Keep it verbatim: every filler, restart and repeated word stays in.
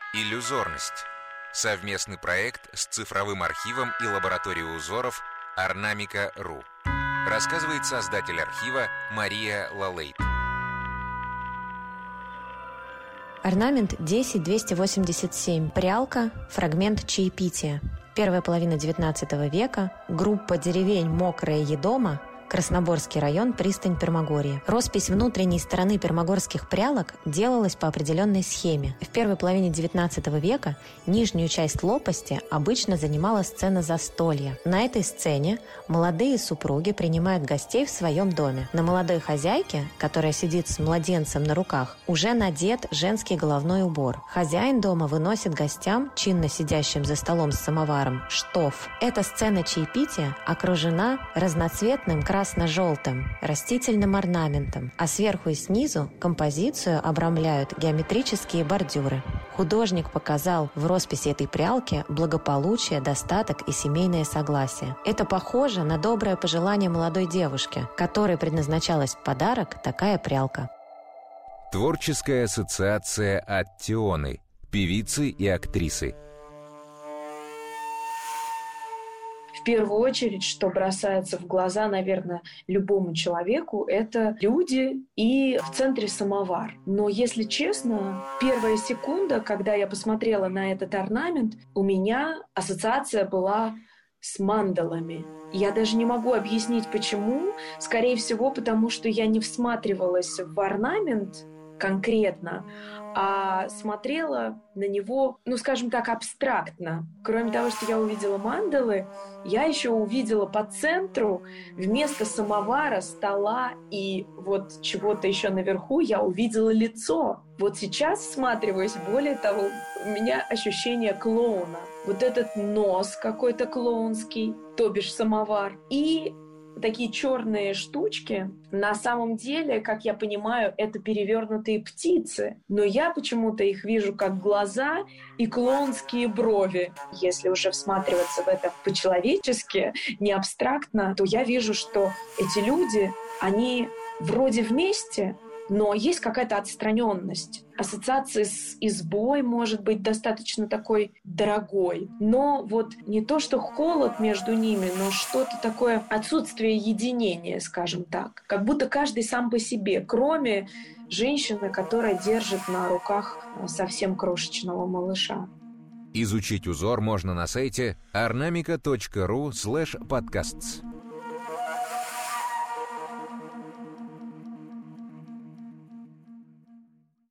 Иллюзорность. Совместный проект с цифровым архивом и лабораторией узоров Орнамика точка ру. Рассказывает создатель архива Мария Лалейт. Орнамент десять двести восемьдесят семь. Прялка. Фрагмент чаепития. Первая половина девятнадцатого века. Группа деревень Мокрая Едома. Красноборский район, пристань Пермогорья. Роспись внутренней стороны пермогорских прялок делалась по определенной схеме. В первой половине девятнадцатого века нижнюю часть лопасти обычно занимала сцена застолья. На этой сцене молодые супруги принимают гостей в своем доме. На молодой хозяйке, которая сидит с младенцем на руках, уже надет женский головной убор. Хозяин дома выносит гостям, чинно сидящим за столом с самоваром, штоф. Эта сцена чаепития окружена разноцветным красно красно-желтым растительным орнаментом, а сверху и снизу композицию обрамляют геометрические бордюры. Художник показал в росписи этой прялки благополучие, достаток и семейное согласие. Это похоже на доброе пожелание молодой девушке, которой предназначалась в подарок такая прялка. Творческая ассоциация Аттионы, певицы и актрисы. В первую очередь, что бросается в глаза, наверное, любому человеку, это люди и в центре самовар. Но, если честно, первая секунда, когда я посмотрела на этот орнамент, у меня ассоциация была с мандалами. Я даже не могу объяснить, почему. Скорее всего, потому что я не всматривалась в орнамент конкретно, а смотрела на него, ну, скажем так, абстрактно. Кроме того, что я увидела мандалы, я еще увидела по центру вместо самовара, стола и вот чего-то еще наверху я увидела лицо. Вот сейчас всматриваюсь, более того, у меня ощущение клоуна. Вот этот нос какой-то клоунский, то бишь самовар, и такие черные штучки, на самом деле, как я понимаю, это перевернутые птицы. Но я почему-то их вижу как глаза и клоунские брови. Если уже всматриваться в это по-человечески, не абстрактно, то я вижу, что эти люди, они вроде вместе, но есть какая-то отстраненность. Ассоциация с избой может быть достаточно такой дорогой. Но вот не то, что холод между ними, но что-то такое отсутствие единения, скажем так. Как будто каждый сам по себе, кроме женщины, которая держит на руках совсем крошечного малыша. Изучить узор можно на сайте орнамика точка ру слэш подкастс.